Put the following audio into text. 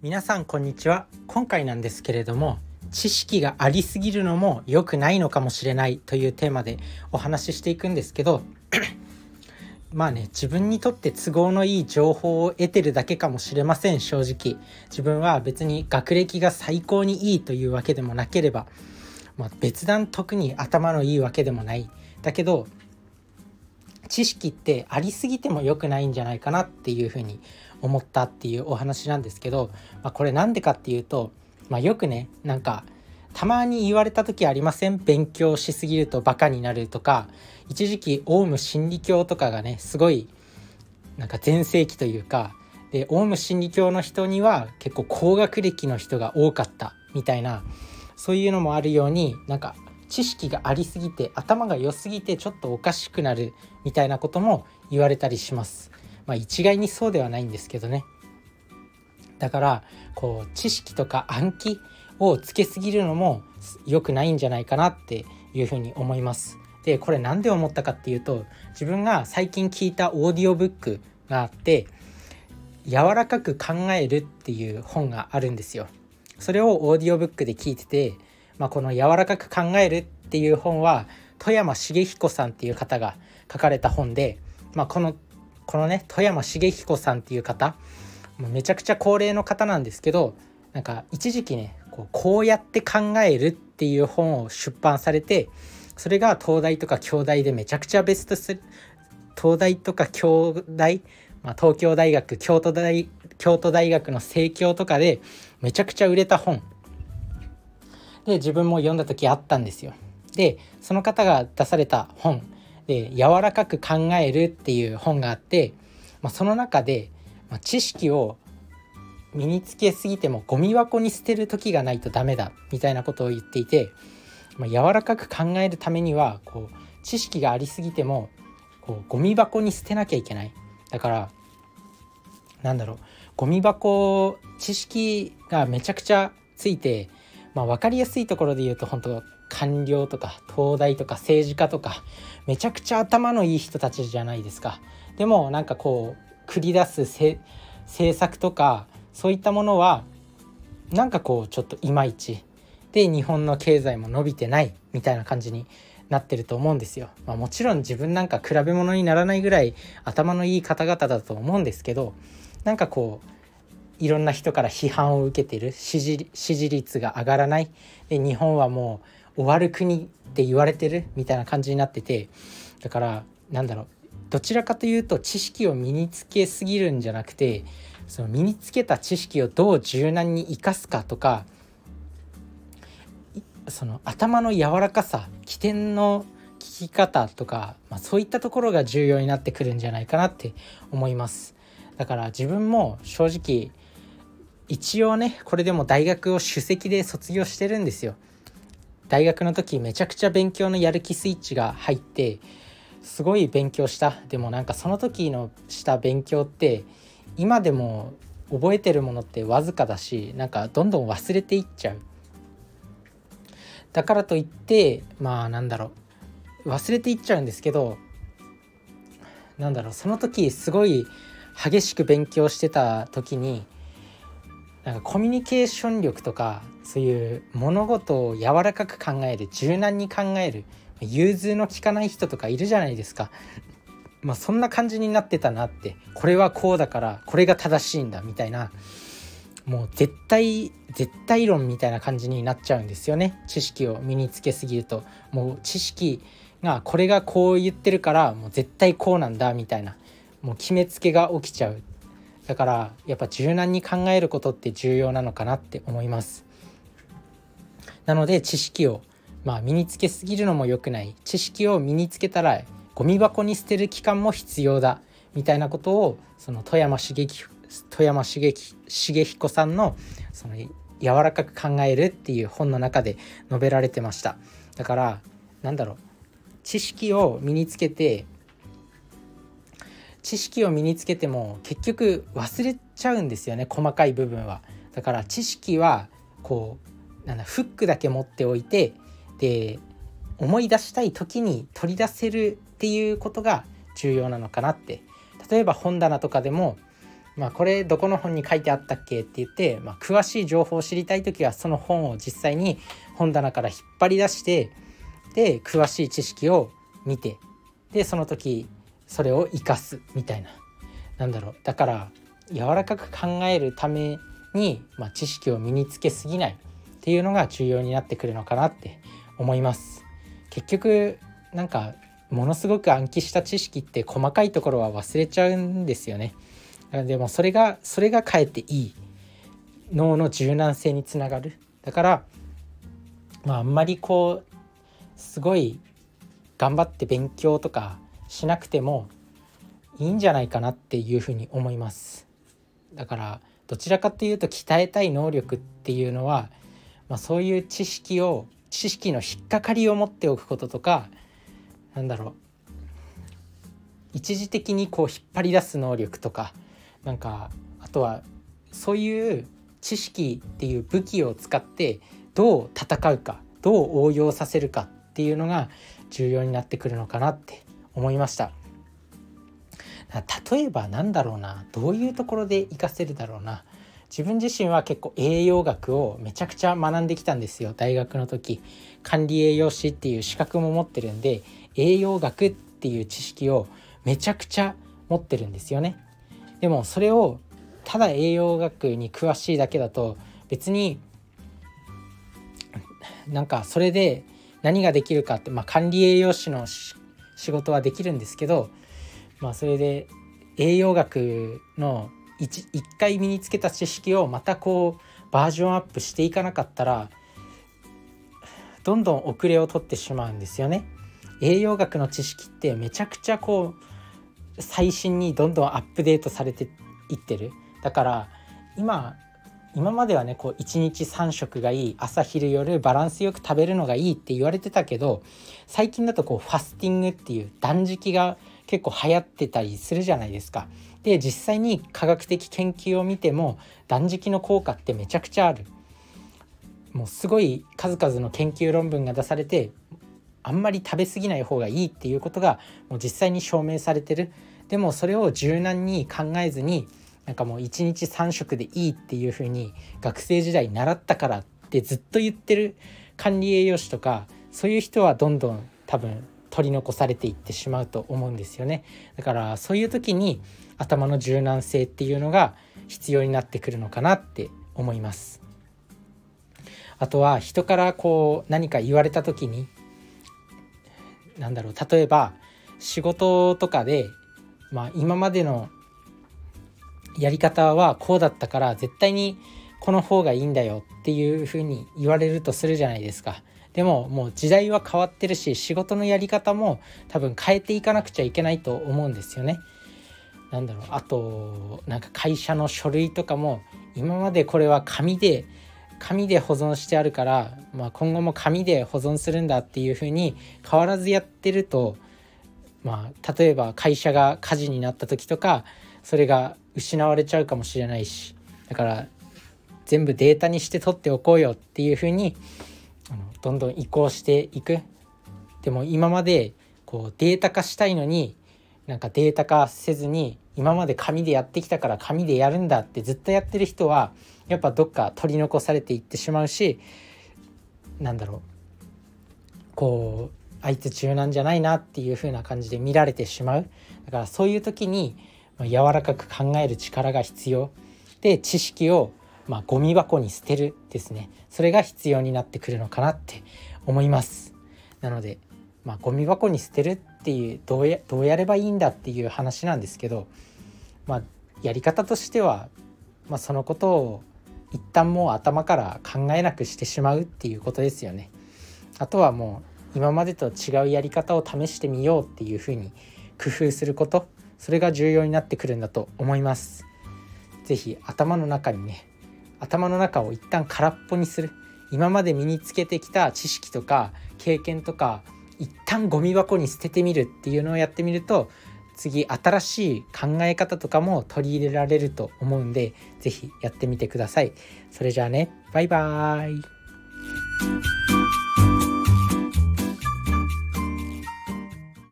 皆さんこんにちは。今回なんですけれども、知識がありすぎるのも良くないのかもしれないというテーマでお話ししていくんですけど自分にとって都合のいい情報を得てるだけかもしれません。正直自分は別に学歴が最高にいいというわけでもなければ、別段特に頭のいいわけでもない。だけど知識ってありすぎても良くないんじゃないかなっていうふうに思ったっていうお話なんですけど、これなんでかっていうと、よくね、たまに言われた時ありません？勉強しすぎるとバカになるとか。一時期オウム真理教とかがね、すごい全盛期というかで、オウム真理教の人には結構高学歴の人が多かったみたいな、そういうのもあるように、知識がありすぎて頭が良すぎてちょっとおかしくなるみたいなことも言われたりします。一概にそうではないんですけどね。だから知識とか暗記をつけすぎるのも良くないんじゃないかなっていうふうに思います。でこれなんで思ったかっていうと、自分が最近聞いたオーディオブックがあって、柔らかく考えるっていう本があるんですよ。それをオーディオブックで聞いてて、この柔らかく考えるっていう本は富山茂彦さんっていう方が書かれた本で、このね、富山茂彦さんっていう方、めちゃくちゃ高齢の方なんですけど、一時期ね、こうやって考えるっていう本を出版されて、それが東大とか京大でめちゃくちゃベストセ東大とか京大、東京大学、京都大学の生協とかでめちゃくちゃ売れた本で、自分も読んだ時あったんですよ。でその方が出された本で、柔らかく考えるっていう本があって、その中で、知識を身につけすぎてもゴミ箱に捨てる時がないとダメだみたいなことを言っていて、柔らかく考えるためには知識がありすぎてもゴミ箱に捨てなきゃいけない。だからゴミ箱、知識がめちゃくちゃついて、分かりやすいところで言うと、本当官僚とか東大とか政治家とかめちゃくちゃ頭のいい人たちじゃないですか。でも繰り出す政策とかそういったものはちょっといまいちで、日本の経済も伸びてないみたいな感じになってると思うんですよ。もちろん自分比べ物にならないぐらい頭のいい方々だと思うんですけど、いろんな人から批判を受けてる、支持率が上がらないで、日本はもう終わる国って言われてるみたいな感じになってて、だからどちらかというと知識を身につけすぎるんじゃなくて、その身につけた知識をどう柔軟に生かすかとか、その頭の柔らかさ、起点の聞き方とか、そういったところが重要になってくるんじゃないかなって思います。だから自分も正直一応ね、これでも大学を首席で卒業してるんですよ。大学の時めちゃくちゃ勉強のやる気スイッチが入ってすごい勉強した。でもその時のした勉強って今でも覚えてるものってわずかだし、どんどん忘れていっちゃう。だからといって忘れていっちゃうんですけど、その時すごい激しく勉強してた時にコミュニケーション力とか、そういう物事を柔らかく考える、柔軟に考える、融通の利かない人とかいるじゃないですか。そんな感じになってたなって。これはこうだからこれが正しいんだみたいな、もう絶対論みたいな感じになっちゃうんですよね。知識を身につけすぎると、もう知識がこれがこう言ってるからもう絶対こうなんだみたいな、もう決めつけが起きちゃう。だからやっぱ柔軟に考えることって重要なのかなって思います。なので知識を身につけすぎるのも良くない。知識を身につけたらゴミ箱に捨てる期間も必要だみたいなことを、その富山茂彦さんのその柔らかく考えるっていう本の中で述べられてました。だから知識を身につけても結局忘れちゃうんですよね、細かい部分は。だから知識はフックだけ持っておいて、で思い出したい時に取り出せるっていうことが重要なのかなって。例えば本棚とかでもこれどこの本に書いてあったっけって言って、詳しい情報を知りたいときはその本を実際に本棚から引っ張り出して、で詳しい知識を見て、でその時それを生かすみたいな、だから柔らかく考えるために、知識を身につけすぎないっていうのが重要になってくるのかなって思います。結局ものすごく暗記した知識って細かいところは忘れちゃうんですよね。でもそれがかえっていい脳の柔軟性につながる。だからあんまりすごい頑張って勉強とかしなくてもいいんじゃないかなっていうふうに思います。だからどちらかというと鍛えたい能力っていうのは、そういう知識の引っかかりを持っておくこととか、一時的に引っ張り出す能力とか、あとはそういう知識っていう武器を使ってどう戦うか、どう応用させるかっていうのが重要になってくるのかなって思いました。例えばどういうところで活かせるだろうな。自分自身は結構栄養学をめちゃくちゃ学んできたんですよ。大学の時管理栄養士っていう資格も持ってるんで、栄養学っていう知識をめちゃくちゃ持ってるんですよね。でもそれをただ栄養学に詳しいだけだと別にそれで何ができるかって、管理栄養士の仕事はできるんですけど、それで栄養学の一回身につけた知識をまたバージョンアップしていかなかったらどんどん遅れを取ってしまうんですよね。栄養学の知識ってめちゃくちゃ最新にどんどんアップデートされていってる。だから今まではね1日3食がいい、朝昼夜バランスよく食べるのがいいって言われてたけど、最近だとファスティングっていう断食が結構流行ってたりするじゃないですか。で実際に科学的研究を見ても断食の効果ってめちゃくちゃある。もうすごい数々の研究論文が出されて、あんまり食べ過ぎない方がいいっていうことがもう実際に証明されてる。でもそれを柔軟に考えずにもう1日3食でいいっていう風に学生時代習ったからってずっと言ってる管理栄養士とか、そういう人はどんどん多分取り残されていってしまうと思うんですよね。だからそういう時に頭の柔軟性っていうのが必要になってくるのかなって思います。あとは人から何か言われた時に例えば仕事とかで、今までのやり方はこうだったから絶対にこの方がいいんだよっていう風に言われるとするじゃないですか。でももう時代は変わってるし、仕事のやり方も多分変えていかなくちゃいけないと思うんですよね。あと会社の書類とかも今までこれは紙で保存してあるから、今後も紙で保存するんだっていう風に変わらずやってると、例えば会社が火事になった時とかそれが失われちゃうかもしれないし、だから全部データにして取っておこうよっていう風にどんどん移行していく。でも今までデータ化したいのにデータ化せずに今まで紙でやってきたから紙でやるんだってずっとやってる人はやっぱどっか取り残されていってしまうし、あいつ柔軟じゃないなっていう風な感じで見られてしまう。だからそういう時に柔らかく考える力が必要で、知識をゴミ箱に捨てるですね。それが必要になってくるのかなって思います。なのでゴミ箱に捨てるっていうどうやればいいんだっていう話なんですけど、やり方としては、そのことを一旦もう頭から考えなくしてしまうっていうことですよね。あとはもう今までと違うやり方を試してみようっていうふうに工夫すること、それが重要になってくるんだと思います。ぜひ頭の中を一旦空っぽにする。今まで身につけてきた知識とか経験とか一旦ゴミ箱に捨ててみるっていうのをやってみると、次新しい考え方とかも取り入れられると思うんで、ぜひやってみてください。それじゃあね、バイバーイ。